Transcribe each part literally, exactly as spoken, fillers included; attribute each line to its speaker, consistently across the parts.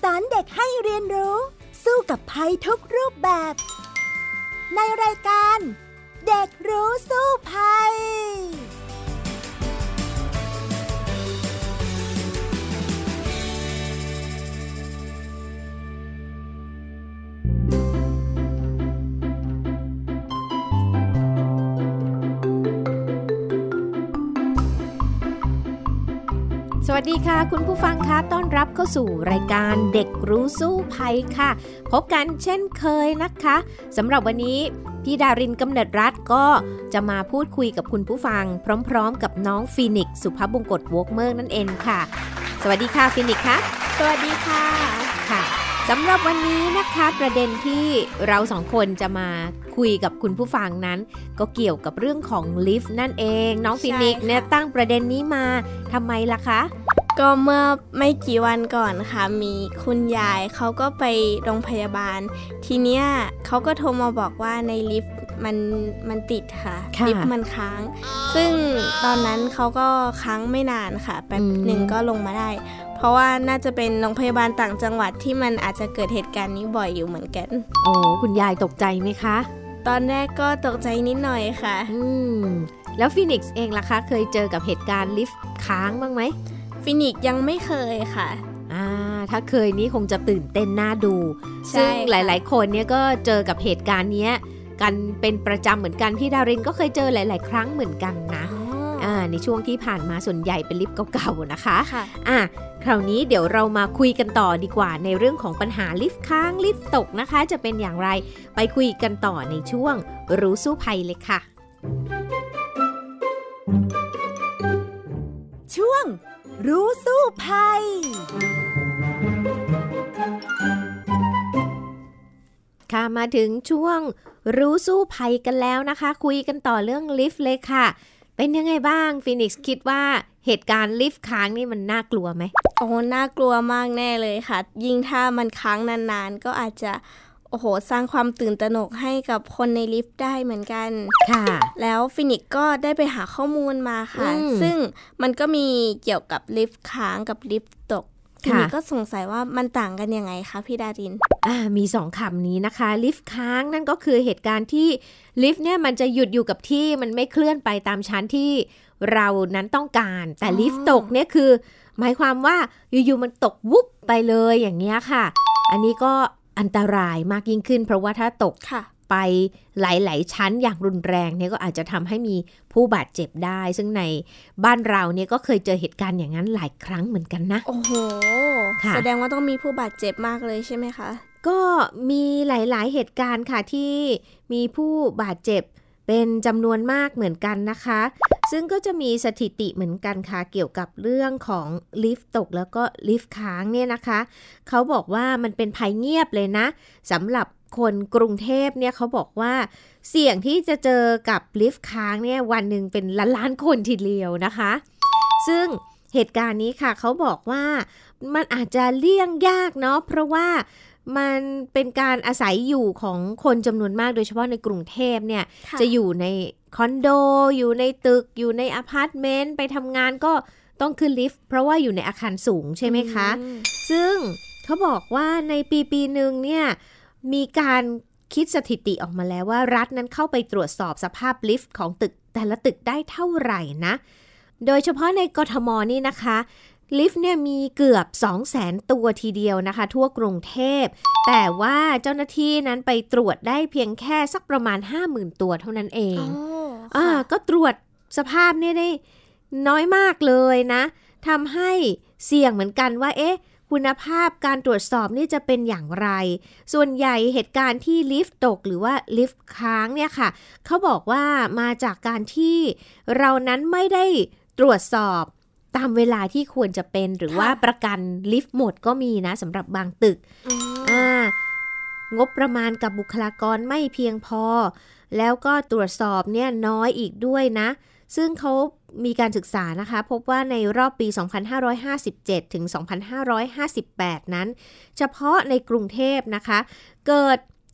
Speaker 1: สอนเด็กให้เรียนรู้สู้กับภัยทุกรูปแบบในรายการเด็กรู้สู้ภัย
Speaker 2: สวัสดีค่ะคุณผู้ฟังคะต้อนรับเข้าสู่รายการเด็กรู้สู้ภัยค่ะพบกันเช่นเคยนะคะสำหรับวันนี้พี่ดารินกำเนิดรัตน์ก็จะมาพูดคุยกับคุณผู้ฟังพร้อมๆกับน้องฟีนิกซ์สุภบงกตวอล์กเมอร์นั่นเองค่ะสวัสดีค่ะฟีนิกซ์ค่ะ
Speaker 3: สวัสดีค่ะ
Speaker 2: ค่ะสำหรับวันนี้นะคะประเด็นที่เราสองคนจะมาคุยกับคุณผู้ฟังนั้นก็เกี่ยวกับเรื่องของลิฟต์นั่นเองน้องฟีนิกซ์เนี่ยตั้งประเด็นนี้มาทำไมล่ะคะ
Speaker 3: ก็เมื่อไม่กี่วันก่อนค่ะมีคุณยายเขาก็ไปโรงพยาบาลทีเนี้ยเขาก็โทรมาบอกว่าในลิฟต์มันมันติดค่ะลิฟต์มันค้างซึ่งตอนนั้นเขาก็ค้างไม่นานค่ะแป๊บหนึ่งก็ลงมาได้เพราะว่าน่าจะเป็นโรงพยาบาลต่างจังหวัดที่มันอาจจะเกิดเหตุการณ์นี้บ่อยอยู่เหมือนกัน
Speaker 2: โอ้คุณยายตกใจไหมคะ
Speaker 3: ตอนแรกก็ตกใจนิดหน่อยค่ะ
Speaker 2: อืมแล้วฟีนิกซ์เองล่ะคะเคยเจอกับเหตุการณ์ลิฟต์ค้างบ้างไหม
Speaker 3: ฟีนิกซ์ยังไม่เคยค่ะ
Speaker 2: อ่าถ้าเคยนี่คงจะตื่นเต้นน่าดูซึ่งหลายๆคนเนี่ยก็เจอกับเหตุการณ์นี้กันเป็นประจำเหมือนกันพี่ดารินก็เคยเจอหลายๆครั้งเหมือนกันนะอ่าในช่วงที่ผ่านมาส่วนใหญ่เป็นลิฟต์เก่าๆนะคะ
Speaker 3: ค่ะ
Speaker 2: อ่ะคราวนี้เดี๋ยวเรามาคุยกันต่อดีกว่าในเรื่องของปัญหาลิฟต์ค้างลิฟต์ตกนะคะจะเป็นอย่างไรไปคุยกันต่อในช่วงรู้สู้ภัยเลยค่ะ
Speaker 1: ช่วงรู้สู้ภัย
Speaker 2: ค่ะมาถึงช่วงรู้สู้ภัยกันแล้วนะคะคุยกันต่อเรื่องลิฟต์เลยค่ะเป็นยังไงบ้างฟีนิกซ์คิดว่าเหตุการณ์ลิฟต์ค้างนี่มันน่ากลัวไหม
Speaker 3: โอ้น่ากลัวมากแน่เลยค่ะยิ่งถ้ามันค้างนานๆก็อาจจะโอ้โหสร้างความตื่นตระหนกให้กับคนในลิฟต์ได้เหมือนกัน
Speaker 2: ค่ะ
Speaker 3: แล้วฟินิกก็ได้ไปหาข้อมูลมาค่ะซึ่งมันก็มีเกี่ยวกับลิฟต์ค้างกับลิฟต์ตกฟินิกก็สงสัยว่ามันต่างกันยังไงคะพี่ดาริน
Speaker 2: อ่ามีสองคำนี้นะคะลิฟต์ค้างนั่นก็คือเหตุการณ์ที่ลิฟต์เนี่ยมันจะหยุดอยู่กับที่มันไม่เคลื่อนไปตามชั้นที่เรานั้นต้องการแต่ลิฟต์ตกเนี่ยคือหมายความว่าอยู่ๆมันตกวุบไปเลยอย่างเงี้ยค่ะอันนี้ก็อันตรายมากยิ่งขึ้นเพราะว่าถ้าตกไปหลายๆชั้นอย่างรุนแรงเนี่ยก็อาจจะทำให้มีผู้บาดเจ็บได้ซึ่งในบ้านเราเนี่ยก็เคยเจอเหตุการณ์อย่างนั้นหลายครั้งเหมือนกันนะ
Speaker 3: โอ้โหแสดงว่าต้องมีผู้บาดเจ็บมากเลยใช่ไหมคะ
Speaker 2: ก็มีหลายๆเหตุการณ์ค่ะที่มีผู้บาดเจ็บเป็นจำนวนมากเหมือนกันนะคะซึ่งก็จะมีสถิติเหมือนกันค่ะเกี่ยวกับเรื่องของลิฟต์ตกแล้วก็ลิฟต์ค้างเนี่ยนะคะเขาบอกว่ามันเป็นภัยเงียบเลยนะสำหรับคนกรุงเทพเนี่ยเขาบอกว่าเสี่ยงที่จะเจอกับลิฟต์ค้างเนี่ยวันหนึ่งเป็นล้านล้านคนทีเดียวนะคะซึ่งเหตุการณ์นี้ค่ะเขาบอกว่ามันอาจจะเลี่ยงยากเนาะเพราะว่ามันเป็นการอาศัยอยู่ของคนจำนวนมากโดยเฉพาะในกรุงเทพเนี่ยจะอยู่ในคอนโดอยู่ในตึกอยู่ในอพาร์ตเมนต์ไปทำงานก็ต้องขึ้นลิฟต์เพราะว่าอยู่ในอาคารสูงใช่ไหมคะซึ่งเขาบอกว่าในปีปีหนึ่งเนี่ยมีการคิดสถิติออกมาแล้วว่ารัฐนั้นเข้าไปตรวจสอบสภาพลิฟต์ของตึกแต่ละตึกได้เท่าไหร่นะโดยเฉพาะในกทมนี่นะคะลิฟต์เนี่ยมีเกือบ สองแสน ตัวทีเดียวนะคะทั่วกรุงเทพแต่ว่าเจ้าหน้าที่นั้นไปตรวจได้เพียงแค่สักประมาณ ห้าหมื่น ตัวเท่านั้นเองอ่าก็ตรวจสภาพเนี่ยได้น้อยมากเลยนะทำให้เสี่ยงเหมือนกันว่าเอ๊ะคุณภาพการตรวจสอบนี่จะเป็นอย่างไรส่วนใหญ่เหตุการณ์ที่ลิฟต์ตกหรือว่าลิฟต์ค้างเนี่ยค่ะเขาบอกว่ามาจากการที่เรานั้นไม่ได้ตรวจสอบตามเวลาที่ควรจะเป็นหรือว่าประกันลิฟต์หมดก็มีนะสำหรับบางตึกอ่างบประมาณกับบุคลากรไม่เพียงพอแล้วก็ตรวจสอบเนี่ยน้อยอีกด้วยนะซึ่งเขามีการศึกษานะคะพบว่าในรอบปี สองพันห้าร้อยห้าสิบเจ็ด ถึง สองพันห้าร้อยห้าสิบแปด นั้นเฉพาะในกรุงเทพนะคะเกิด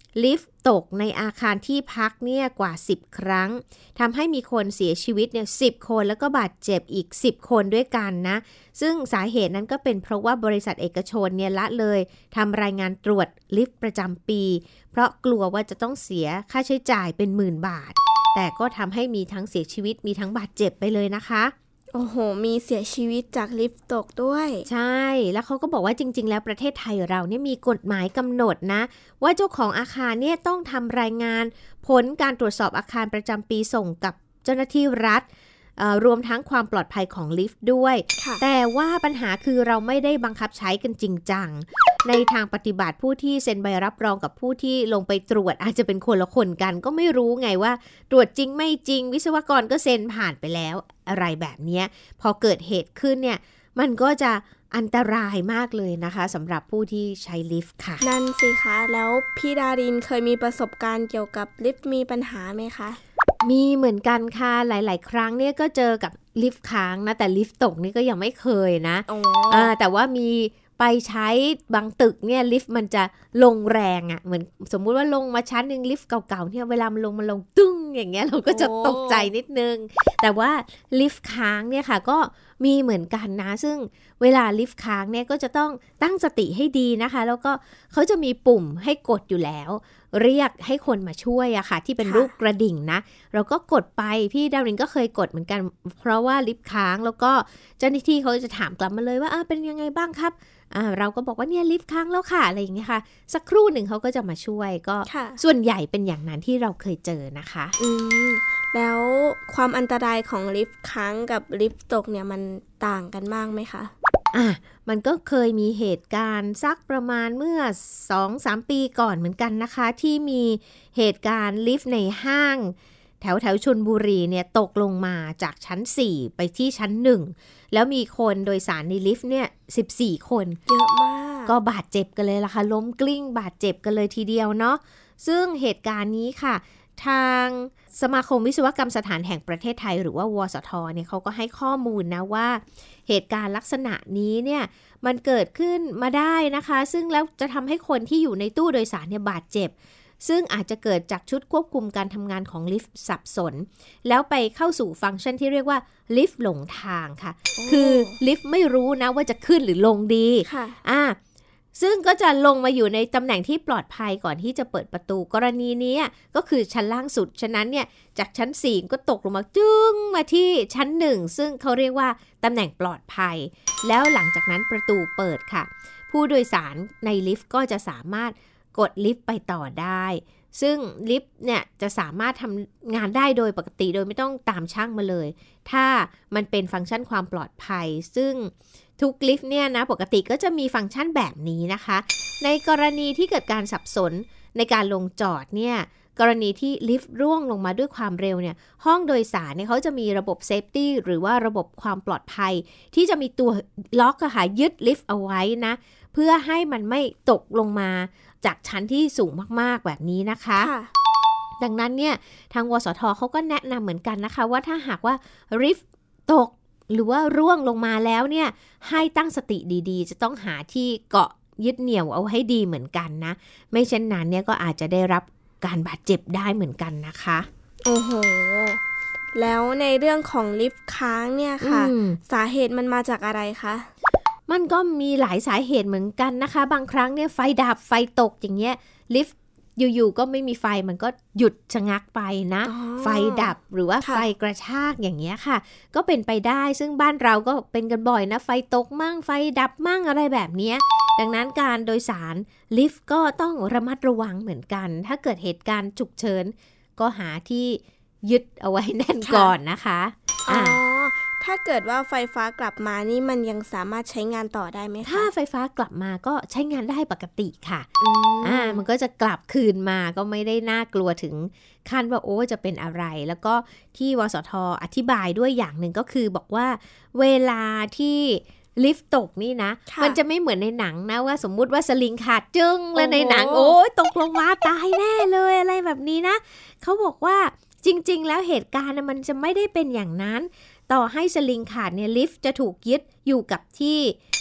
Speaker 2: ลิฟต์ตกในอาคารที่พักเนี่ยกว่าสิบครั้งทำให้มีคนเสียชีวิตเนี่ยสิบคนแล้วก็บาดเจ็บอีกสิบคนด้วยกันนะซึ่งสาเหตุนั้นก็เป็นเพราะว่าบริษัทเอกชนเนี่ยละเลยทำรายงานตรวจลิฟต์ประจำปีเพราะกลัวว่าจะต้องเสียค่าใช้จ่ายเป็นหมื่นบาทแต่ก็ทำให้มีทั้งเสียชีวิตมีทั้งบาดเจ็บไปเลยนะคะ
Speaker 3: โอ้โหมีเสียชีวิตจากลิฟต์ตกด้วย
Speaker 2: ใช่แล้วเขาก็บอกว่าจริงๆแล้วประเทศไทยเราเนี่ยมีกฎหมายกำหนดนะว่าเจ้าของอาคารเนี่ยต้องทำรายงานผลการตรวจสอบอาคารประจำปีส่งกับเจ้าหน้าที่รัฐรวมทั้งความปลอดภัยของลิฟต์ด้วยแต่ว่าปัญหาคือเราไม่ได้บังคับใช้กันจริงจังในทางปฏิบัติผู้ที่เซ็นใบรับรองกับผู้ที่ลงไปตรวจอาจจะเป็นคนละคนกันก็ไม่รู้ไงว่าตรวจจริงไม่จริงวิศวกรก็เซ็นผ่านไปแล้วอะไรแบบนี้พอเกิดเหตุขึ้นเนี่ยมันก็จะอันตรายมากเลยนะคะสำหรับผู้ที่ใช้ลิฟต์ค่ะ
Speaker 3: นั่นสิคะแล้วพี่ดารินเคยมีประสบการณ์เกี่ยวกับลิฟต์มีปัญหาไหมคะ
Speaker 2: มีเหมือนกันค่ะหลายๆครั้งเนี่ยก็เจอกับลิฟต์ค้างนะแต่ลิฟต์ตกนี่ก็ยังไม่เคยนะอ่าแต่ว่ามีไปใช้บางตึกเนี่ยลิฟต์มันจะลงแรงอ่ะเหมือนสมมุติว่าลงมาชั้นนึงลิฟต์เก่าๆเนี่ยเวลามันลงมันลงตึ้งอย่างเงี้ยเราก็จะตกใจนิดนึงแต่ว่าลิฟต์ค้างเนี่ยค่ะก็มีเหมือนกันนะซึ่งเวลาลิฟต์ค้างเนี่ยก็จะต้องตั้งสติให้ดีนะคะแล้วก็เขาจะมีปุ่มให้กดอยู่แล้วเรียกให้คนมาช่วยอะค่ะที่เป็นรูปกระดิ่งนะเราก็กดไปพี่ดาวรินก็เคยกดเหมือนกันเพราะว่าลิฟต์ค้างแล้วก็เจ้าหน้าที่เขาจะถามกลับมาเลยว่าเป็นยังไงบ้างครับอ่าเราก็บอกว่าเนี่ยลิฟต์ค้างแล้วค่ะอะไรอย่างเงี้ยค่ะสักครู่หนึ่งเขาก็จะมาช่วยก็ส่วนใหญ่เป็นอย่างนั้นที่เราเคยเจอนะคะ
Speaker 3: อืมแล้วความอันตรายของลิฟต์ค้างกับลิฟต์ตกเนี่ยมันต่างกันมากไหมคะ
Speaker 2: อ่ะมันก็เคยมีเหตุการณ์สักประมาณเมื่อ สองถึงสาม ปีก่อนเหมือนกันนะคะที่มีเหตุการณ์ลิฟต์ในห้างแถวแถวชลบุรีเนี่ยตกลงมาจากชั้นสี่ไปที่ชั้นหนึ่งแล้วมีคนโดยสารในลิฟต์เนี่ยสิบสี่คน
Speaker 3: เยอะมาก
Speaker 2: ก็บาดเจ็บกันเลยล่ะค่ะล้มกลิ้งบาดเจ็บกันเลยทีเดียวเนาะซึ่งเหตุการณ์นี้ค่ะทางสมาคมวิศวกรรมสถานแห่งประเทศไทยหรือว่าวสทเนี่ยเขาก็ให้ข้อมูลนะว่าเหตุการณ์ลักษณะนี้เนี่ยมันเกิดขึ้นมาได้นะคะซึ่งแล้วจะทำให้คนที่อยู่ในตู้โดยสารเนี่ยบาดเจ็บซึ่งอาจจะเกิดจากชุดควบคุมการทำงานของลิฟต์สับสนแล้วไปเข้าสู่ฟังก์ชันที่เรียกว่าลิฟต์หลงทางค่ะคือลิฟต์ไม่รู้นะว่าจะขึ้นหรือลงดี
Speaker 3: ค่ะ
Speaker 2: อ่าซึ่งก็จะลงมาอยู่ในตำแหน่งที่ปลอดภัยก่อนที่จะเปิดประตูกรณีนี้ก็คือชั้นล่างสุดฉะนั้นเนี่ยจากชั้นสี่ก็ตกลงมาจึ้งมาที่ชั้นหนึ่งซึ่งเขาเรียกว่าตำแหน่งปลอดภัยแล้วหลังจากนั้นประตูเปิดค่ะผู้โดยสารในลิฟต์ก็จะสามารถกดลิฟต์ไปต่อได้ซึ่งลิฟต์เนี่ยจะสามารถทำงานได้โดยปกติโดยไม่ต้องตามช่างมาเลยถ้ามันเป็นฟังก์ชันความปลอดภัยซึ่งทุกลิฟต์เนี่ยนะปกติก็จะมีฟังก์ชันแบบนี้นะคะในกรณีที่เกิดการสับสนในการลงจอดเนี่ยกรณีที่ลิฟต์ร่วงลงมาด้วยความเร็วเนี่ยห้องโดยสารเนี่ยเขาจะมีระบบเซฟตี้หรือว่าระบบความปลอดภัยที่จะมีตัวล็อกอะค่ะยึดลิฟต์เอาไว้นะเพื่อให้มันไม่ตกลงมาจากชั้นที่สูงมากๆแบบนี้นะคะดังนั้นเนี่ยทางวสทเขาก็แนะนำเหมือนกันนะคะว่าถ้าหากว่าลิฟต์ตกหรือว่าร่วงลงมาแล้วเนี่ยให้ตั้งสติดีๆจะต้องหาที่เกาะยึดเหนี่ยวเอาให้ดีเหมือนกันนะไม่เช่นนั้นเนี่ยก็อาจจะได้รับการบาดเจ็บได้เหมือนกันนะคะ
Speaker 3: โอ้โหแล้วในเรื่องของลิฟต์ค้างเนี่ยค่ะสาเหตุมันมาจากอะไรคะ
Speaker 2: มันก็มีหลายสาเหตุเหมือนกันนะคะบางครั้งเนี่ยไฟดับไฟตกอย่างเงี้ยลิฟต์อยู่ๆก็ไม่มีไฟมันก็หยุดชะงักไปนะไฟดับหรือว่าไฟกระชากอย่างเงี้ยค่ะก็เป็นไปได้ซึ่งบ้านเราก็เป็นกันบ่อยนะไฟตกมั่งไฟดับมั่งอะไรแบบเนี้ยดังนั้นการโดยสารลิฟต์ก็ต้องระมัดระวังเหมือนกันถ้าเกิดเหตุการณ์ฉุกเฉินก็หาที่ยึดเอาไว้แน่นก่อนนะคะ
Speaker 3: อ๋อถ้าเกิดว่าไฟฟ้ากลับมานี่มันยังสามารถใช้งานต่อได้ไหมคะ
Speaker 2: ถ้าไฟฟ้ากลับมาก็ใช้งานได้ปกติค่ะอ่ามันก็จะกลับคืนมาก็ไม่ได้น่ากลัวถึงขั้นว่าโอ้จะเป็นอะไรแล้วก็ที่วสทอธิบายด้วยอย่างหนึ่งก็คือบอกว่าเวลาที่ลิฟต์ตกนี่นะมันจะไม่เหมือนในหนังนะว่าสมมุติว่าสลิงขาดจึ้งแล้วในหนังโอ้ยตกลงมาตายแน่เลยอะไรแบบนี้นะเขาบอกว่าจริงๆแล้วเหตุการณ์มันจะไม่ได้เป็นอย่างนั้นต่อให้สลิงขาดเนี่ยลิฟต์จะถูกยึดอยู่กับที่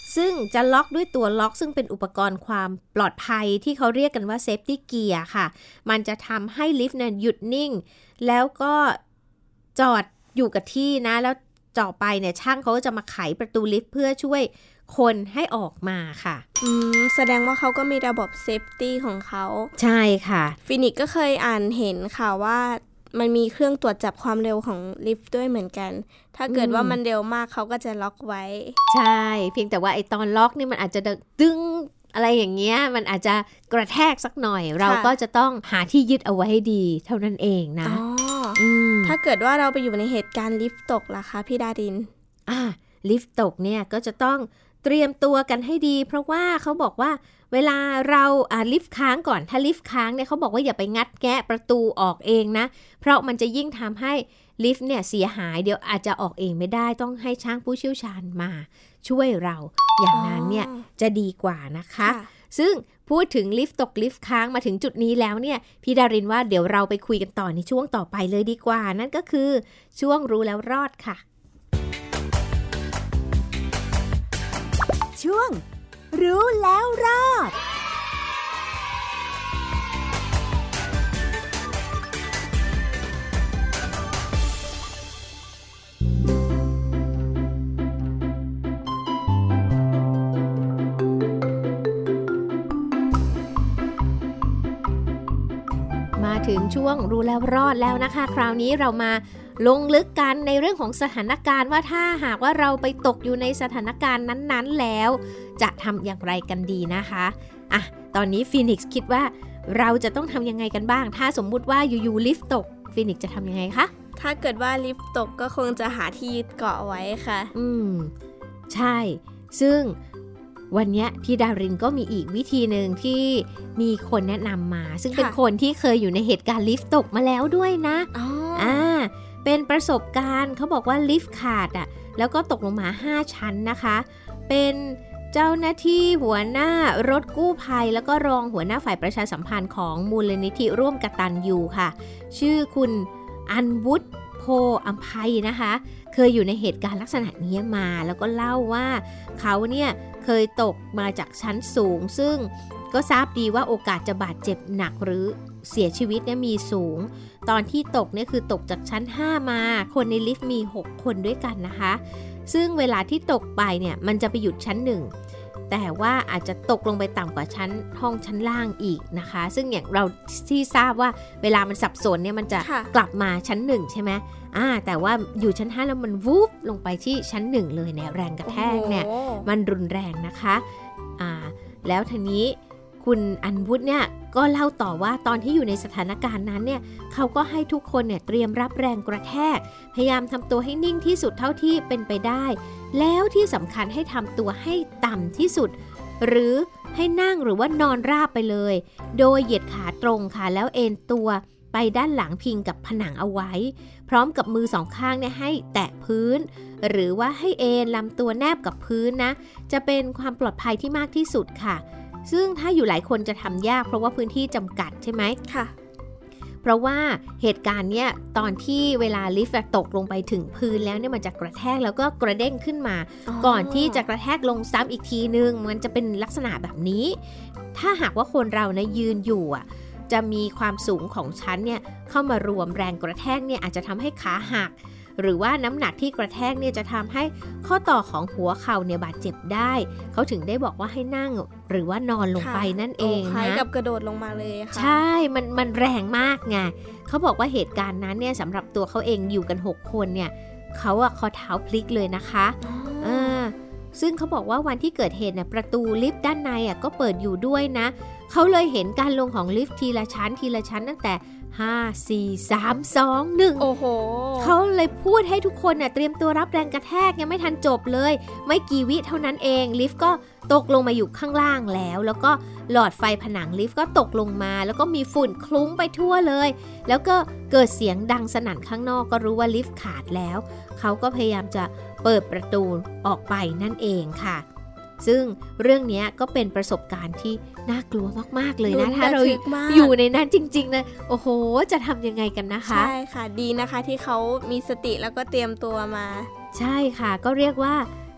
Speaker 2: ซึ่งจะล็อกด้วยตัวล็อกซึ่งเป็นอุปกรณ์ความปลอดภัยที่เขาเรียกกันว่าเซฟตี้เกียร์ค่ะมันจะทำให้ลิฟต์เนี่ยหยุดนิ่งแล้วก็จอดอยู่กับที่นะแล้วต่อไปเนี่ยช่างเขาก็จะมาไขประตูลิฟต์เพื่อช่วยคนให้ออกมาค่ะ
Speaker 3: อืมแสดงว่าเขาก็มีระบบเซฟตี้ของเขา
Speaker 2: ใช่ค่ะ
Speaker 3: ฟินิกก็เคยอ่านเห็นค่ะว่ามันมีเครื่องตรวจจับความเร็วของลิฟต์ด้วยเหมือนกันถ้าเกิดว่ามันเร็วมากเขาก็จะล็อกไว้
Speaker 2: ใช่เพียงแต่ว่าไอ้ตอนล็อกนี่มันอาจจะดึงอะไรอย่างเงี้ยมันอาจจะกระแทกสักหน่อยเราก็จะต้องหาที่ยึดเอาไว้ให้ดีเท่านั้นเองนะ
Speaker 3: อ๋อถ้าเกิดว่าเราไปอยู่ในเหตุการณ์ลิฟต์ตกล่ะคะพี่ดาริน
Speaker 2: อ่าลิฟต์ตกเนี่ยก็จะต้องเตรียมตัวกันให้ดีเพราะว่าเขาบอกว่าเวลาเราอ่าลิฟต์ค้างก่อนถ้าลิฟต์ค้างเนี่ยเขาบอกว่าอย่าไปงัดแงะประตูออกเองนะเพราะมันจะยิ่งทำให้ลิฟต์เนี่ยเสียหายเดี๋ยวอาจจะออกเองไม่ได้ต้องให้ช่างผู้เชี่ยวชาญมาช่วยเราอย่างนั้นเนี่ยจะดีกว่านะคะซึ่งพูดถึงลิฟต์ตกลิฟต์ค้างมาถึงจุดนี้แล้วเนี่ยพี่ดารินว่าเดี๋ยวเราไปคุยกันต่อในช่วงต่อไปเลยดีกว่านั่นก็คือช่วงรู้แล้วรอดค่ะ
Speaker 1: ช่วงรู้แล้วรอด
Speaker 2: มาถึงช่วงรู้แล้วรอดแล้วนะคะคราวนี้เรามาลงลึกกันในเรื่องของสถานการณ์ว่าถ้าหากว่าเราไปตกอยู่ในสถานการณ์นั้นๆแล้วจะทำอย่างไรกันดีนะคะอ่ะตอนนี้ฟีนิกซ์คิดว่าเราจะต้องทำยังไงกันบ้างถ้าสมมุติว่าอยู่ๆลิฟต์ตกฟีนิกซ์จะทำยังไงคะ
Speaker 3: ถ้าเกิดว่าลิฟต์ตกก็คงจะหาที่ยึดเกาะไว้ค่ะ
Speaker 2: อืมใช่ซึ่งวันนี้พี่ดารินก็มีอีกวิธีหนึ่งที่มีคนแนะนำมาซึ่งเป็นคนที่เคยอยู่ในเหตุการณ์ลิฟต์ตกมาแล้วด้วยนะ
Speaker 3: อ๋อ
Speaker 2: อ่าเป็นประสบการณ์เขาบอกว่าลิฟต์ขาดอ่ะแล้วก็ตกลงมาห้าชั้นนะคะเป็นเจ้าหน้าที่หัวหน้ารถกู้ภัยแล้วก็รองหัวหน้าฝ่ายประชาสัมพันธ์ของมูลนิธิร่วมกตัญญูค่ะชื่อคุณอัญวุฒิโพอัมภัยนะคะเคยอยู่ในเหตุการณ์ลักษณะนี้มาแล้วก็เล่าว่าเขาเนี่ยเคยตกมาจากชั้นสูงซึ่งก็ทราบดีว่าโอกาสจะบาดเจ็บหนักหรือเสียชีวิตเนี่ยมีสูงตอนที่ตกเนี่ยคือตกจากชั้นห้ามาคนในลิฟต์มีหกคนด้วยกันนะคะซึ่งเวลาที่ตกไปเนี่ยมันจะไปหยุดชั้นหนึ่งแต่ว่าอาจจะตกลงไปต่ำกว่าชั้นห้องชั้นล่างอีกนะคะซึ่งอย่างเราที่ทราบว่าเวลามันสับสนเนี่ยมันจะกลับมาชั้นหนึ่งใช่ไหมอ่าแต่ว่าอยู่ชั้นห้าแล้วมันวูบลงไปที่ชั้นหนึ่งเลยเนี่ยแรงกระแทกเนี่ยมันรุนแรงนะคะอ่าแล้วทีนี้คุณอัญวุฒิเนี่ยก็เล่าต่อว่าตอนที่อยู่ในสถานการณ์นั้นเนี่ยเขาก็ให้ทุกคนเนี่ยเตรียมรับแรงกระแทกพยายามทำตัวให้นิ่งที่สุดเท่าที่เป็นไปได้แล้วที่สำคัญให้ทำตัวให้ต่ำที่สุดหรือให้นั่งหรือว่านอนราบไปเลยโดยเหยียดขาตรงค่ะแล้วเอนตัวไปด้านหลังพิงกับผนังเอาไว้พร้อมกับมือสองข้างเนี่ยให้แตะพื้นหรือว่าให้เอนลำตัวแนบกับพื้นนะจะเป็นความปลอดภัยที่มากที่สุดค่ะซึ่งถ้าอยู่หลายคนจะทำยากเพราะว่าพื้นที่จำกัดใช่ไหม
Speaker 3: ค่ะ
Speaker 2: เพราะว่าเหตุการณ์เนี้ยตอนที่เวลาลิฟต์ตกลงไปถึงพื้นแล้วเนี่ยมันจะกระแทกแล้วก็กระเด้งขึ้นมาก่อนที่จะกระแทกลงซ้ำอีกทีนึงมันจะเป็นลักษณะแบบนี้ถ้าหากว่าคนเรานะยืนอยู่อ่ะจะมีความสูงของชั้นเนี่ยเข้ามารวมแรงกระแทกเนี่ยอาจจะทำให้ขาหักหรือว่าน้ำหนักที่กระแทกเนี่ยจะทำให้ข้อต่อของหัวเข่าเนี่ยบาดเจ็บได้เขาถึงได้บอกว่าให้นั่งหรือว่านอนลงไปนั่นเองนะ
Speaker 3: คล้ายกับกระโดดลงมาเลยค่ะ
Speaker 2: ใช่มันมันแรงมากไงเขาบอกว่าเหตุการณ์นั้นเนี่ยสำหรับตัวเขาเองอยู่กันหกคนเนี่ยเขาอะข้อเท้าพลิกเลยนะคะอ่าซึ่งเขาบอกว่าวันที่เกิดเหตุเนี่ยประตูลิฟต์ด้านในอะก็เปิดอยู่ด้วยนะเขาเลยเห็นการลงของลิฟต์ทีละชั้นทีละชั้นตั้งแต่ห้า สี่ สาม สอง หนึ่ง
Speaker 3: โอ้โห
Speaker 2: เขาเลยพูดให้ทุกคนน่ะเตรียมตัวรับแรงกระแทกยังไม่ทันจบเลยไม่กี่วิเท่านั้นเองลิฟต์ก็ตกลงมาอยู่ข้างล่างแล้วแล้วก็หลอดไฟผนังลิฟต์ก็ตกลงมาแล้วก็มีฝุ่นคลุ้งไปทั่วเลยแล้วก็เกิดเสียงดังสนั่นข้างนอกก็รู้ว่าลิฟต์ขาดแล้วเขาก็พยายามจะเปิดประตูออกไปนั่นเองค่ะซึ่งเรื่องนี้ก็เป็นประสบการณ์ที่น่ากลัวมากๆเลยนะถ้าเราอยู่ในนั้นจริงๆนะโอ้โหจะทำยังไงกันนะคะ
Speaker 3: ใช่ค่ะดีนะคะที่เขามีสติแล้วก็เตรียมตัวมา
Speaker 2: ใช่ค่ะก็เรียกว่า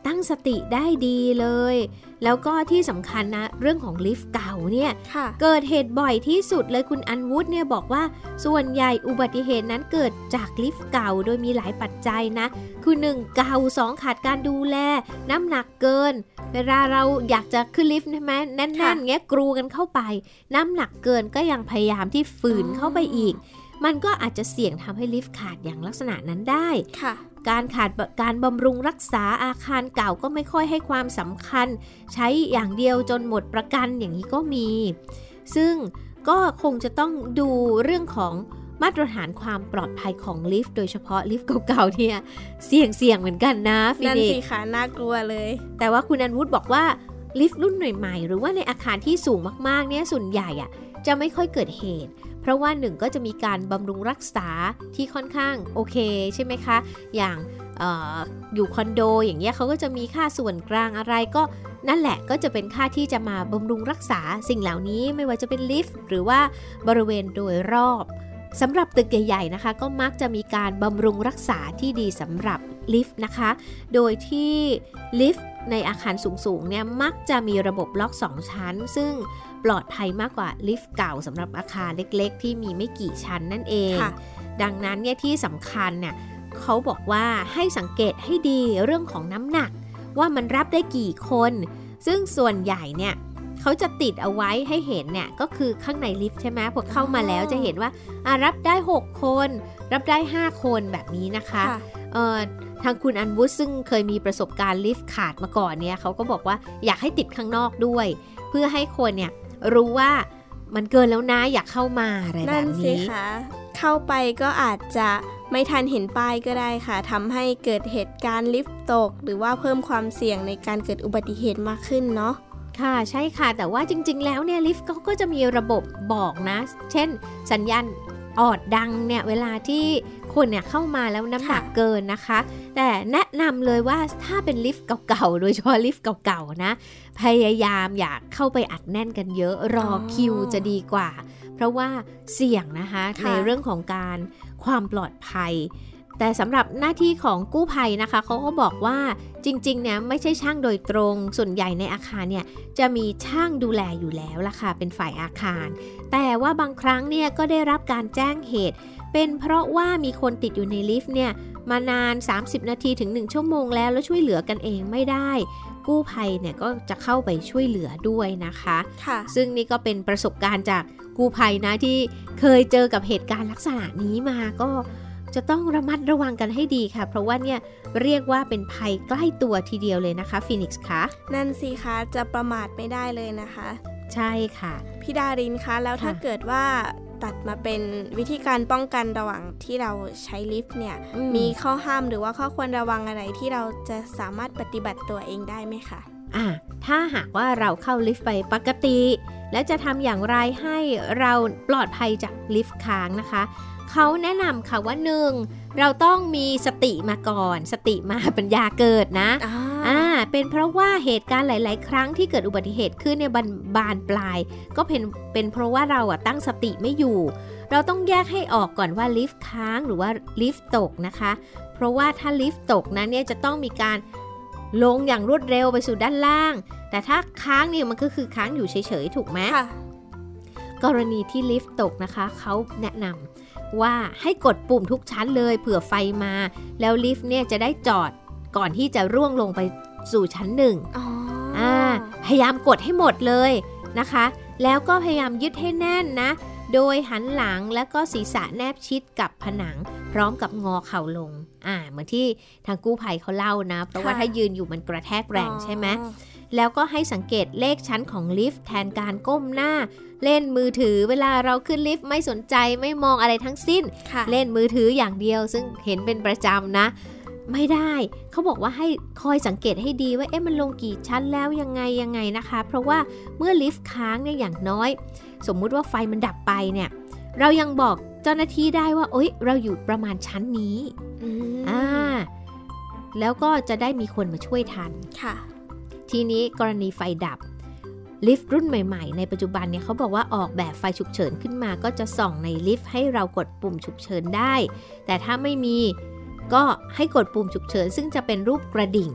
Speaker 2: ตั้งสติได้ดีเลยแล้วก็ที่สำคัญนะเรื่องของลิฟต์เก่าเนี่ยเกิดเหตุบ่อยที่สุดเลยคุณอันวุฒิเนี่ยบอกว่าส่วนใหญ่อุบัติเหตุนั้นเกิดจากลิฟต์เก่าโดยมีหลายปัจจัยนะคือหนึ่งเก่าสองขาดการดูแลน้ำหนักเกินเวลาเราอยากจะขึ้นลิฟต์ใช่ไหมแน่นๆเงี้ยกรูกันเข้าไปน้ำหนักเกินก็ยังพยายามที่ฝืนเข้าไปอีกมันก็อาจจะเสี่ยงทำให้ลิฟต์ขาดอย่างลักษณะนั้นได้การขาดการบำรุงรักษาอาคารเก่าก็ไม่ค่อยให้ความสำคัญใช้อย่างเดียวจนหมดประกันอย่างนี้ก็มีซึ่งก็คงจะต้องดูเรื่องของมาตรฐานความปลอดภัยของลิฟต์โดยเฉพาะลิฟต์เก่าๆเนี่ยเสี่ยงเสี่ยงเหมือนกันนะฟินิกนั่น
Speaker 3: สิค่ะน่ากลัวเลย
Speaker 2: แต่ว่าคุณอันวุฒิบอกว่าลิฟต์รุ่นใหม่ๆหรือว่าในอาคารที่สูงมากๆเนี่ยส่วนใหญ่อะจะไม่ค่อยเกิดเหตุเพราะว่าหนึ่งก็จะมีการบำรุงรักษาที่ค่อนข้างโอเคใช่ไหมคะอย่าง อ, อ, อยู่คอนโดอย่างเงี้ยเขาก็จะมีค่าส่วนกลางอะไรก็นั่นแหละก็จะเป็นค่าที่จะมาบำรุงรักษาสิ่งเหล่านี้ไม่ว่าจะเป็นลิฟต์หรือว่าบริเวณโดยรอบสำหรับตึกใหญ่ๆนะคะก็มักจะมีการบำรุงรักษาที่ดีสำหรับลิฟต์นะคะโดยที่ลิฟต์ในอาคารสูงๆเนี่ยมักจะมีระบบล็อกสองชั้นซึ่งปลอดภัยมากกว่าลิฟต์เก่าสำหรับอาคารเล็กๆที่มีไม่กี่ชั้นนั่นเองดังนั้นเนี่ยที่สำคัญเนี่ยเขาบอกว่าให้สังเกตให้ดีเรื่องของน้ำหนักว่ามันรับได้กี่คนซึ่งส่วนใหญ่เนี่ยเขาจะติดเอาไว้ให้เห็นเนี่ยก็คือข้างในลิฟต์ใช่ไหมพอเข้ามาแล้วจะเห็นว่ารับได้หกคนรับได้ห้าคนแบบนี้นะคะเอ่อทางคุณอันวุฒิซึ่งเคยมีประสบการณ์ลิฟต์ขาดมาก่อนเนี่ยเขาก็บอกว่าอยากให้ติดข้างนอกด้วยเพื่อให้คนเนี่ยรู้ว่ามันเกินแล้วนะอยากเข้ามาอะไรแบบนี้นั่นสิ
Speaker 3: คะเข้าไปก็อาจจะไม่ทันเห็นป้ายก็ได้ค่ะทำให้เกิดเหตุการณ์ลิฟต์ตกหรือว่าเพิ่มความเสี่ยงในการเกิดอุบัติเหตุมากขึ้นเนาะ
Speaker 2: ค่ะใช่ค่ะแต่ว่าจริงๆแล้วเนี่ยลิฟต์ก็จะมีระบบบอกนะเช่นสัญญาณออดดังเนี่ยเวลาที่คนเนี่ยเข้ามาแล้วน้ำหนักเกินนะคะแต่แนะนำเลยว่าถ้าเป็นลิฟต์เก่าๆโดยเฉพาะลิฟต์เก่าๆนะพยายามอยากเข้าไปอัดแน่นกันเยอะรอคิวจะดีกว่าเพราะว่าเสี่ยงนะคะในเรื่องของการความปลอดภัยแต่สำหรับหน้าที่ของกู้ภัยนะคะเขาก็บอกว่าจริงๆเนี่ยไม่ใช่ช่างโดยตรงส่วนใหญ่ในอาคารเนี่ยจะมีช่างดูแลอยู่แล้วล่ะค่ะเป็นฝ่ายอาคารแต่ว่าบางครั้งเนี่ยก็ได้รับการแจ้งเหตุเป็นเพราะว่ามีคนติดอยู่ในลิฟต์เนี่ยมานานสามสิบนาทีถึงหนึ่งชั่วโมงแล้วแล้วช่วยเหลือกันเองไม่ได้กู้ภัยเนี่ยก็จะเข้าไปช่วยเหลือด้วยนะคะซึ่งนี่ก็เป็นประสบการณ์จากกู้ภัยนะที่เคยเจอกับเหตุการณ์ลักษณะนี้มาก็จะต้องระมัดระวังกันให้ดีค่ะเพราะว่าเนี่ยเรียกว่าเป็นภัยใกล้ตัวทีเดียวเลยนะคะฟีนิกซ์คะ
Speaker 3: นั่นสิคะจะประมาทไม่ได้เลยนะคะ
Speaker 2: ใช่ค่ะ
Speaker 3: พี่ดารินคะแล้วถ้าเกิดว่าตัดมาเป็นวิธีการป้องกันระหว่างที่เราใช้ลิฟต์เนี่ย ม, มีข้อห้ามหรือว่าข้อควรระวังอะไรที่เราจะสามารถปฏิบัติตัวเองได้ไหมคะ
Speaker 2: อ่ะถ้าหากว่าเราเข้าลิฟต์ไปปกติและจะทำอย่างไรให้เราปลอดภัยจากลิฟต์ค้างนะคะเขาแนะนำค่ะว่าหนึ่งเราต้องมีสติมาก่อนสติมาปัญญาเกิดนะอ่าเป็นเพราะว่าเหตุการณ์หลายๆครั้งที่เกิดอุบัติเหตุขึ้นเนี่ยบานปลายก็เป็นเป็นเพราะว่าเราอ่ะตั้งสติไม่อยู่เราต้องแยกให้ออกก่อนว่าลิฟต์ค้างหรือว่าลิฟต์ตกนะคะเพราะว่าถ้าลิฟต์ตกนั้นเนี่ยจะต้องมีการลงอย่างรวดเร็วไปสู่ด้านล่างแต่ถ้าค้างเนี่ยมันก็คือค้างอยู่เฉยๆถูกไหมกรณีที่ลิฟต์ตกนะคะเขาแนะนำว่าให้กดปุ่มทุกชั้นเลยเผื่อไฟมาแล้วลิฟต์เนี่ยจะได้จอดก่อนที่จะร่วงลงไปสู่ชั้นหนึ่งอ่าพยายามกดให้หมดเลยนะคะแล้วก็พยายามยึดให้แน่นนะโดยหันหลังแล้วก็ศีรษะแนบชิดกับผนังพร้อมกับงอเข่าลงอ่าเหมือนที่ทางกู้ภัยเขาเล่านะเพราะว่าถ้ายืนอยู่มันกระแทกแรงใช่ไหมแล้วก็ให้สังเกตเลขชั้นของลิฟต์แทนการก้มหน้าเล่นมือถือเวลาเราขึ้นลิฟต์ไม่สนใจไม่มองอะไรทั้งสิ้นเล่นมือถืออย่างเดียวซึ่งเห็นเป็นประจำนะไม่ได้เขาบอกว่าให้คอยสังเกตให้ดีว่าเอ๊ะมันลงกี่ชั้นแล้วยังไงยังไงนะคะเพราะว่าเมื่อลิฟต์ค้างเนี่ยอย่างน้อยสมมุติว่าไฟมันดับไปเนี่ยเรายังบอกเจ้าหน้าที่ได้ว่าโอ๊ยเราอยู่ประมาณชั้นนี้อ่าแล้วก็จะได้มีคนมาช่วยทัน
Speaker 3: ค่ะ
Speaker 2: ทีนี้กรณีไฟดับลิฟต์รุ่นใหม่ๆในปัจจุบันเนี่ยเขาบอกว่าออกแบบไฟฉุกเฉินขึ้นมาก็จะส่องในลิฟต์ให้เรากดปุ่มฉุกเฉินได้แต่ถ้าไม่มีก็ให้กดปุ่มฉุกเฉินซึ่งจะเป็นรูปกระดิ่ง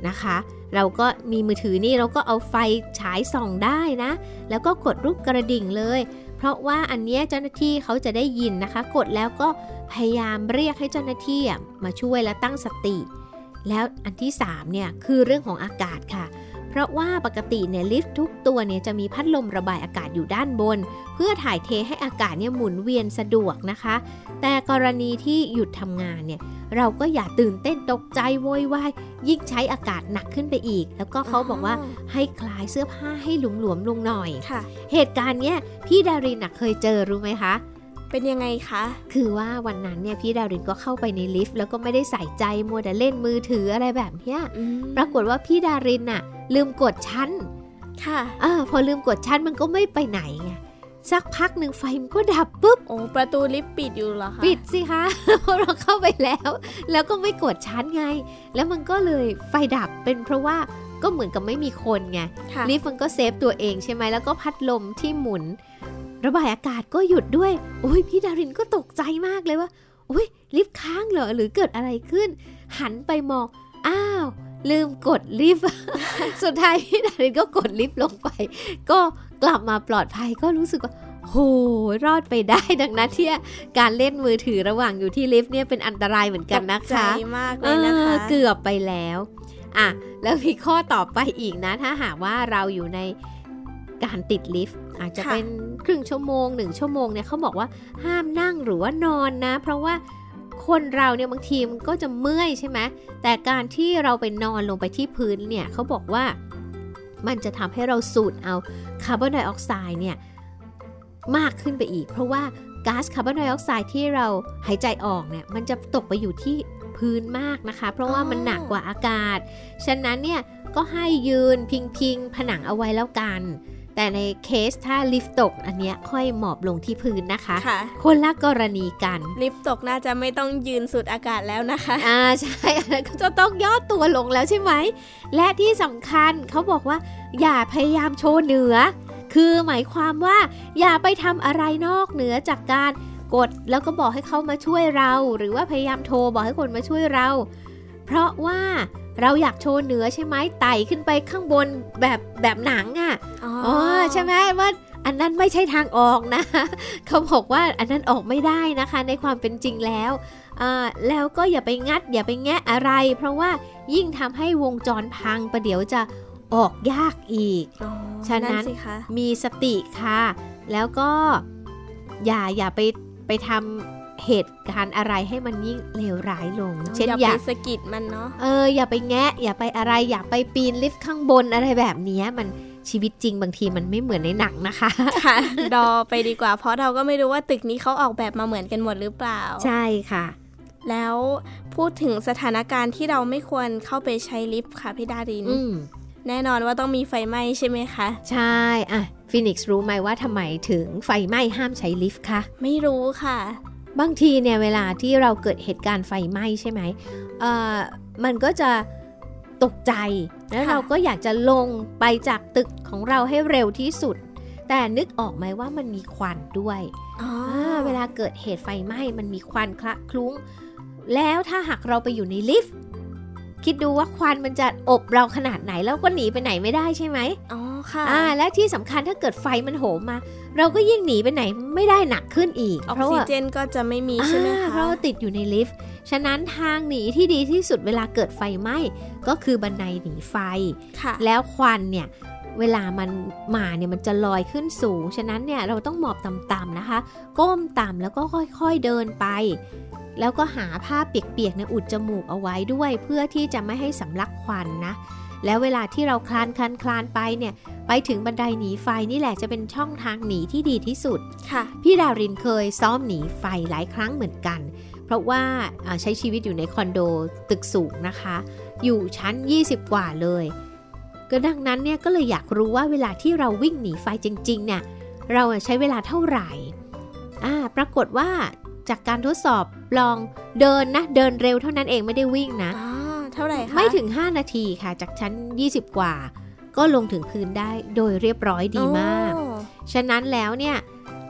Speaker 2: นะคะ เราก็มีมือถือนี่เราก็เอาไฟฉายส่องได้นะแล้วก็กดรูปกระดิ่งเลยเพราะว่าอันนี้เจ้าหน้าที่เขาจะได้ยินนะคะกดแล้วก็พยายามเรียกให้เจ้าหน้าที่มาช่วยและตั้งสติแล้วอันที่สามเนี่ยคือเรื่องของอากาศค่ะเพราะว่าปกติเนี่ยลิฟต์ทุกตัวเนี่ยจะมีพัดลมระบายอากาศอยู่ด้านบนเพื่อถ่ายเทให้อากาศเนี่ยหมุนเวียนสะดวกนะคะแต่กรณีที่หยุดทำงานเนี่ยเราก็อย่าตื่นเต้นตกใจโวยวายยิ่งใช้อากาศหนักขึ้นไปอีกแล้วก็เขาบอกว่าให้คลายเสื้อผ้าให้หลวมๆลงหน่อยเหตุการณ์เนี้ยพี่ดารินเคยเจอรู้ไหมคะ
Speaker 3: เป็นยังไงคะ
Speaker 2: คือว่าวันนั้นเนี่ยพี่ดารินก็เข้าไปในลิฟต์แล้วก็ไม่ได้ใส่ใจมัวแต่เล่นมือถืออะไรแบบเนี้ยปรากฏว่าพี่ดารินน่ะลืมกดชั้น
Speaker 3: ค่ะ
Speaker 2: อ่าพอลืมกดชั้นมันก็ไม่ไปไหนไงสักพักหนึ่งไฟมันก็ดับปุ๊บ
Speaker 3: โอ้ประตูลิฟต์ปิดอยู่เหรอคะ
Speaker 2: ปิดสิคะเพราะเราเข้าไปแล้วแล้วก็ไม่กดชั้นไงแล้วมันก็เลยไฟดับเป็นเพราะว่าก็เหมือนกับไม่มีคนไงลิฟต์มันก็เซฟตัวเองใช่ไหมแล้วก็พัดลมที่หมุนระบายอากาศก็หยุดด้วยโอ้ยพี่ดารินก็ตกใจมากเลยว่าโอ้ยลิฟต์ค้างเหรอหรือเกิดอะไรขึ้นหันไปมองอ้าวลืมกดลิฟต์ สุดท้ายพี่ดารินก็กดลิฟต์ลงไปก็กลับมาปลอดภัยก็รู้สึกว่าโหรอดไปได้ดังนั้นที่การเล่นมือถือระหว่างอยู่ที่ลิฟต์เนี่ยเป็นอันตรายเหมือนกันนะคะ
Speaker 3: ตกใจมากเลยนะคะ
Speaker 2: เกือบไปแล้วอ่ะแล้วมีข้อต่อไปอีกนะถ้าหากว่าเราอยู่ในการติดลิฟต์อาจจะเป็นครึ่งชั่วโมงหนึ่งชั่วโมงเนี่ยเขาบอกว่าห้ามนั่งหรือว่านอนนะเพราะว่าคนเราเนี่ยบางทีมันก็จะเมื่อยใช่ไหมแต่การที่เราไปนอนลงไปที่พื้นเนี่ยเขาบอกว่ามันจะทำให้เราสูดเอาคาร์บอนไดออกไซด์เนี่ยมากขึ้นไปอีกเพราะว่าก๊าซคาร์บอนไดออกไซด์ที่เราหายใจออกเนี่ยมันจะตกไปอยู่ที่พื้นมากนะคะเพราะว่ามันหนักกว่าอากาศฉะนั้นเนี่ยก็ให้ยืนพิงๆผนังเอาไว้แล้วกันแต่ในเคสถ้าลิฟต์ตกอันเนี้ยค่อยหมอบลงที่พื้นนะคะคนละกรณีกัน
Speaker 3: ลิฟต์ตกน่าจะไม่ต้องยืนสูดอากาศแล้วนะคะ
Speaker 2: อ่าใช่อันนั้นก็จะต้องย่อตัวลงแล้วใช่ไหมและที่สำคัญเขาบอกว่าอย่าพยายามโชว์เหนือคือหมายความว่าอย่าไปทำอะไรนอกเหนือจากการกดแล้วก็บอกให้เขามาช่วยเราหรือว่าพยายามโทรบอกให้คนมาช่วยเราเพราะว่าเราอยากโชว์เหนือใช่ไหมไต่ขึ้นไปข้างบนแบบแบบหนังอ่ะอ๋อใช่ไหมว่าอันนั้นไม่ใช่ทางออกนะเขาบอกว่าอันนั้นออกไม่ได้นะคะในความเป็นจริงแล้วอ่าแล้วก็อย่าไปงัดอย่าไปแงะอะไรเพราะว่ายิ่งทำให้วงจรพังประเดี๋ยวจะออกยากอีกฉะนั้นมีสติค่ะแล้วก็อย่าอย่าไปไปทำเหตุการณ์อะไรให้มันยิ่งเลวร้ายลง
Speaker 3: เช่นอย่าไปสะกิดมันเนาะ
Speaker 2: เอออย่าไปแงะอย่าไปอะไรอย่าไปปีนลิฟต์ข้างบนอะไรแบบนี้มันชีวิตจริงบางทีมันไม่เหมือนในหนังนะคะ
Speaker 3: ค่ะรอไปดีกว่าเพราะเราก็ไม่รู้ว่าตึกนี้เขาออกแบบมาเหมือนกันหมดหรือเปล่า
Speaker 2: ใช่ค่ะ
Speaker 3: แล้วพูดถึงสถานการณ์ที่เราไม่ควรเข้าไปใช้ลิฟต์ค่ะพี่ดารินแน่นอนว่าต้องมีไฟไหม้ใช่ไหมคะ
Speaker 2: ใช่อ่ะฟีนิกซ์รู้ไหมว่าทำไมถึงไฟไหม้ห้ามใช้ลิฟต์คะ
Speaker 3: ไม่รู้ค่ะ
Speaker 2: บางทีเนี่ยเวลาที่เราเกิดเหตุการณ์ไฟไหม้ใช่ไหมเอ่อมันก็จะตกใจแล้วเราก็อยากจะลงไปจากตึกของเราให้เร็วที่สุดแต่นึกออกไหมว่ามันมีควันด้วยเวลาเกิดเหตุไฟไหม้มันมีควันคละคลุ้งแล้วถ้าหากเราไปอยู่ในลิฟต์คิดดูว่าควันมันจะอบเราขนาดไหนแล้วก็หนีไปไหนไม่ได้ใช่ไหม
Speaker 3: อ๋อค่ะ
Speaker 2: อ่าและที่สำคัญถ้าเกิดไฟมันโหมมาเราก็ยิ่งหนีไปไหนไม่ได้หนักขึ้นอีก
Speaker 3: ออกซิเจนก็จะไม่มีใช่ไหมคะ
Speaker 2: เพราะติดอยู่ในลิฟต์ฉะนั้นทางหนีที่ดีที่สุดเวลาเกิดไฟไหม้ก็คือบันไดหนีไฟแล้วควันเนี่ยเวลามันมาเนี่ยมันจะลอยขึ้นสูงฉะนั้นเนี่ยเราต้องหมอบต่ำๆนะคะก้มต่ำแล้วก็ค่อยๆเดินไปแล้วก็หาผ้าเปียกๆเนี่ยอุดจมูกเอาไว้ด้วยเพื่อที่จะไม่ให้สำลักควันนะแล้วเวลาที่เราคลานคลานคลานไปเนี่ยไปถึงบันไดหนีไฟนี่แหละจะเป็นช่องทางหนีที่ดีที่สุด
Speaker 3: ค่ะ
Speaker 2: พี่ดารินเคยซ้อมหนีไฟหลายครั้งเหมือนกันเพราะว่าใช้ชีวิตอยู่ในคอนโดตึกสูงนะคะอยู่ชั้นยี่สิบกว่าเลยก็ดังนั้นเนี่ยก็เลยอยากรู้ว่าเวลาที่เราวิ่งหนีไฟจริงๆเนี่ยเราใช้เวลาเท่าไหร่อ่าปรากฏว่าจากการทดสอบลองเดินนะเดินเร็วเท่านั้นเองไม่ได้วิ่งนะ
Speaker 3: อ๋อเท่าไหร่คะ
Speaker 2: ไม่ถึงห้านาทีค่ะจากชั้นยี่สิบกว่าก็ลงถึงพื้นได้โดยเรียบร้อยดีมากฉะนั้นแล้วเนี่ย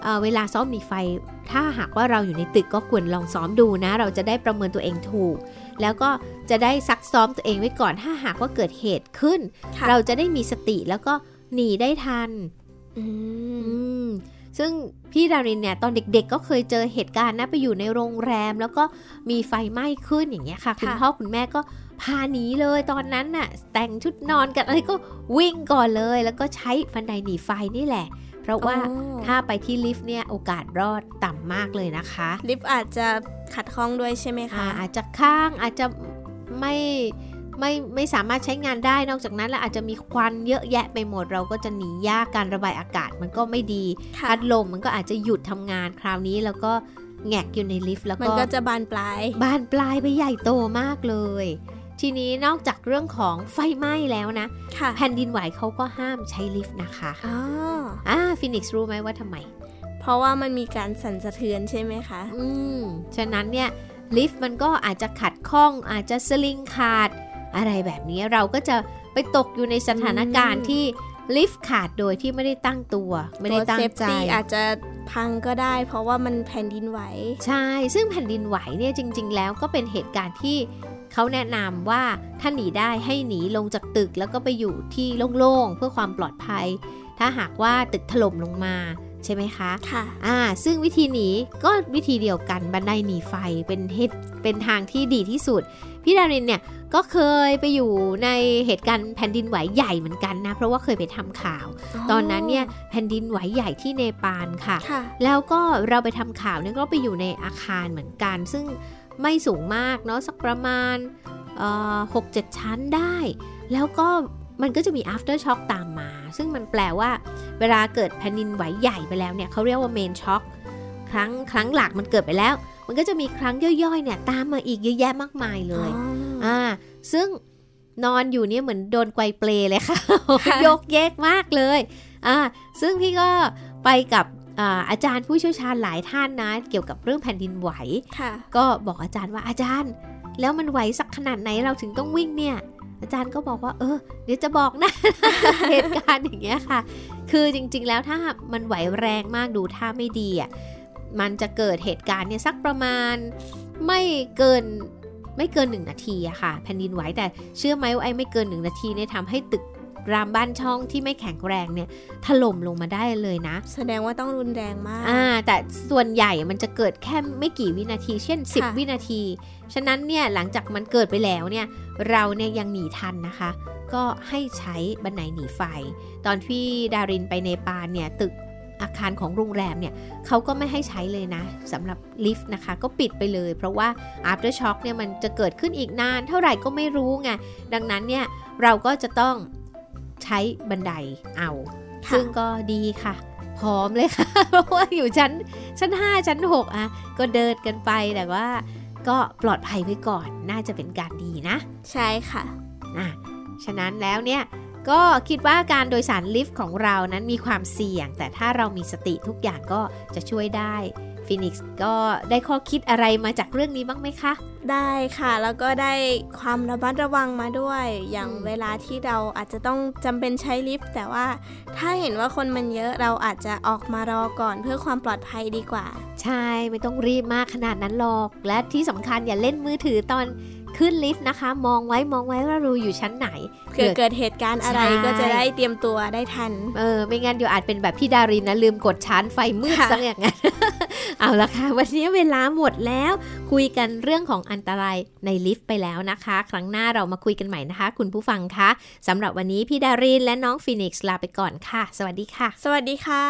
Speaker 2: เอ่อเวลาซ้อมหนีไฟถ้าหากว่าเราอยู่ในตึกก็ควรลองซ้อมดูนะเราจะได้ประเมินตัวเองถูกแล้วก็จะได้ซักซ้อมตัวเองไว้ก่อนถ้าหากว่าเกิดเหตุขึ้นเราจะได้มีสติแล้วก็หนีได้ทันอืมซึ่งพี่ดารินเนี่ยตอนเด็กๆก็เคยเจอเหตุการณ์นะไปอยู่ในโรงแรมแล้วก็มีไฟไหม้ขึ้นอย่างเงี้ยค่ะคุณพ่อคุณแม่ก็พาหนีเลยตอนนั้นน่ะแต่งชุดนอนกันอะไรก็วิ่งก่อนเลยแล้วก็ใช้บันไดหนีไฟนี่แหละเพราะว่าถ้าไปที่ลิฟต์เนี่ยโอกาสรอดต่ำมากเลยนะคะ
Speaker 3: ลิฟต์อาจจะขัดข้องด้วยใช่ไหมคะ
Speaker 2: อา, อาจจะค้างอาจจะไม่ไม่ไม่สามารถใช้งานได้นอกจากนั้นแล้วอาจจะมีควันเยอะแยะไปหมดเราก็จะหนียากการระบายอากาศมันก็ไม่ดีพัดลมมันก็อาจจะหยุดทำงานคราวนี้แล้วก็แงกอยู่ในลิฟต์แล้วก็
Speaker 3: มันก็จะบานปลาย
Speaker 2: บานปลายไปใหญ่โตมากเลยทีนี้นอกจากเรื่องของไฟไหม้แล้วนะแผ่นดินไหวเขาก็ห้ามใช้ลิฟต์นะคะอ๋ออ่าฟินิกซ์รู้ไหมว่าทำไม
Speaker 3: เพราะว่ามันมีการสั่นสะเทือนใช่ไหมคะ
Speaker 2: อืมฉะนั้นเนี่ยลิฟต์มันก็อาจจะขัดข้องอาจจะสลิงขาดอะไรแบบนี้เราก็จะไปตกอยู่ในสถานการณ์ที่ลิฟต์ขาดโดยที่ไม่ได้ตั้งตัวไม่ได้ตั้งใจ
Speaker 3: อาจจะพังก็ได้เพราะว่ามันแผ่นดินไหว
Speaker 2: ใช่ซึ่งแผ่นดินไหวเนี่ยจริงๆแล้วก็เป็นเหตุการณ์ที่เขาแนะนำว่าถ้าหนีได้ให้หนีลงจากตึกแล้วก็ไปอยู่ที่โล่งๆเพื่อความปลอดภัยถ้าหากว่าตึกถล่มลงมาใช่ไหมคะค่ะอ่าซึ่งวิธีหนีก็วิธีเดียวกันบันไดหนีไฟเป็นเหตุเป็นทางที่ดีที่สุดพี่ดารินเนี่ยก็เคยไปอยู่ในเหตุการณ์แผ่นดินไหวใหญ่เหมือนกันนะเพราะว่าเคยไปทำข่าวตอนนั้นเนี่ยแผ่นดินไหวใหญ่ที่เนปาลค่ะแล้วก็เราไปทำข่าวเนี่ยก็ไปอยู่ในอาคารเหมือนกันซึ่งไม่สูงมากเนาะสักประมาณหกเจ็ดชั้นได้แล้วก็มันก็จะมี after shock ตามมาซึ่งมันแปลว่าเวลาเกิดแผ่นดินไหวใหญ่ไปแล้วเนี่ยเขาเรียกว่า main shock ครั้งครั้งหลักมันเกิดไปแล้วมันก็จะมีครั้งย่อยๆเนี่ยตามมาอีกเยอะแยะมากมายเลยอ่าซึ่งนอนอยู่เนี่ยเหมือนโดนไกวเปลเลยค่ะ โยกเยกมากเลยอ่าซึ่งพี่ก็ไปกับอาอาจารย์ผู้เชี่ยวชาญหลายท่านนะเกี่ยวกับเรื่องแผ่นดินไหวก็บอกอาจารย์ว่าอาจารย์แล้วมันไหวสักขนาดไหนเราถึงต้องวิ่งเนี่ยอาจารย์ก็บอกว่าเออเดี๋ยวจะบอกนะ เหตุการณ์อย่างเงี้ยค่ะคือจริงๆแล้วถ้ามันไหวแรงมากดูท่าไม่ดีอ่ะมันจะเกิดเหตุการณ์เนี่ยสักประมาณไม่เกินไม่เกินหนึ่งนาทีอะค่ะแผ่นดินไหวแต่เชื่อไหมว่าไอ้ไม่เกินหนึ่งนาทีเนี่ยทำให้ตึกรามบ้านช่องที่ไม่แข็งแรงเนี่ยถล่มลงมาได้เลยนะ
Speaker 3: แสดงว่าต้องรุนแรงมาก
Speaker 2: อ่าแต่ส่วนใหญ่มันจะเกิดแค่ไม่กี่วินาทีเช่นสิบวินาทีฉะนั้นเนี่ยหลังจากมันเกิดไปแล้วเนี่ยเราเนี่ยยังหนีทันนะคะก็ให้ใช้บันไดหนีไฟตอนที่ดารินไปเนปาลเนี่ยตึกอาคารของโรงแรมเนี่ยเขาก็ไม่ให้ใช้เลยนะสำหรับลิฟต์นะคะก็ปิดไปเลยเพราะว่า after shock เนี่ยมันจะเกิดขึ้นอีกนานเท่าไหร่ก็ไม่รู้ไงดังนั้นเนี่ยเราก็จะต้องใช้บันไดเอาซึ่งก็ดีค่ะพร้อมเลยค่ะเพราะว่าอยู่ชั้นชั้นห้าชั้นหกอ่ะก็เดินกันไปแต่ว่าก็ปลอดภัยไว้ก่อนน่าจะเป็นการดีนะ
Speaker 3: ใช่ค่ะ
Speaker 2: อ่ะฉะนั้นแล้วเนี่ยก็คิดว่าการโดยสารลิฟต์ของเรานั้นมีความเสี่ยงแต่ถ้าเรามีสติทุกอย่างก็จะช่วยได้ฟินิกซ์ก็ได้ข้อคิดอะไรมาจากเรื่องนี้บ้างไหมคะ
Speaker 3: ได้ค่ะแล้วก็ได้ความระมัดระวังมาด้วยอย่างเวลาที่เราอาจจะต้องจำเป็นใช้ลิฟต์แต่ว่าถ้าเห็นว่าคนมันเยอะเราอาจจะออกมารอก่อนเพื่อความปลอดภัยดีกว่า
Speaker 2: ใช่ไม่ต้องรีบมากขนาดนั้นหรอกและที่สำคัญอย่าเล่นมือถือตอนขึ้นลิฟต์นะคะมองไว้มองไว้ว่าเราอยู่ชั้นไหน
Speaker 3: เกิดเกิดเหตุการณ์อะไรก็จะได้เตรียมตัวได้ทัน
Speaker 2: เออไม่งั้นเดี๋ยวอาจเป็นแบบพี่ดารินนะลืมกดชาร์จไฟมืดซะอย่างนั้น เอาละค่ะวันนี้เวลาหมดแล้วคุยกันเรื่องของอันตรายในลิฟต์ไปแล้วนะคะครั้งหน้าเรามาคุยกันใหม่นะคะคุณผู้ฟังคะสำหรับวันนี้พี่ดารินและน้องฟีนิกซ์ลาไปก่อนค่ะสวัสดีค่ะ
Speaker 3: สวัสดีค่ะ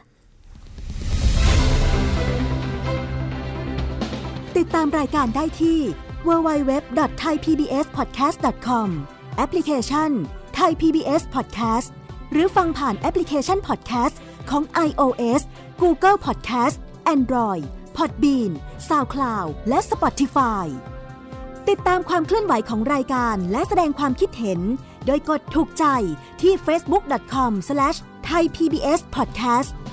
Speaker 1: ติดตามรายการได้ที่ ดับเบิลยู ดับเบิลยู ดับเบิลยู ดอท ไทย พี บี เอส พอดแคสต์ ดอท คอม แอปพลิเคชัน Thai พี บี เอส Podcast หรือฟังผ่านแอปพลิเคชัน Podcast ของ iOS Google Podcast Android Podbean SoundCloud และ Spotify ติดตามความเคลื่อนไหวของรายการและแสดงความคิดเห็นโดยกดถูกใจที่ เฟซบุ๊ก ดอท คอม สแลช ไทย พี บี เอส พอดแคสต์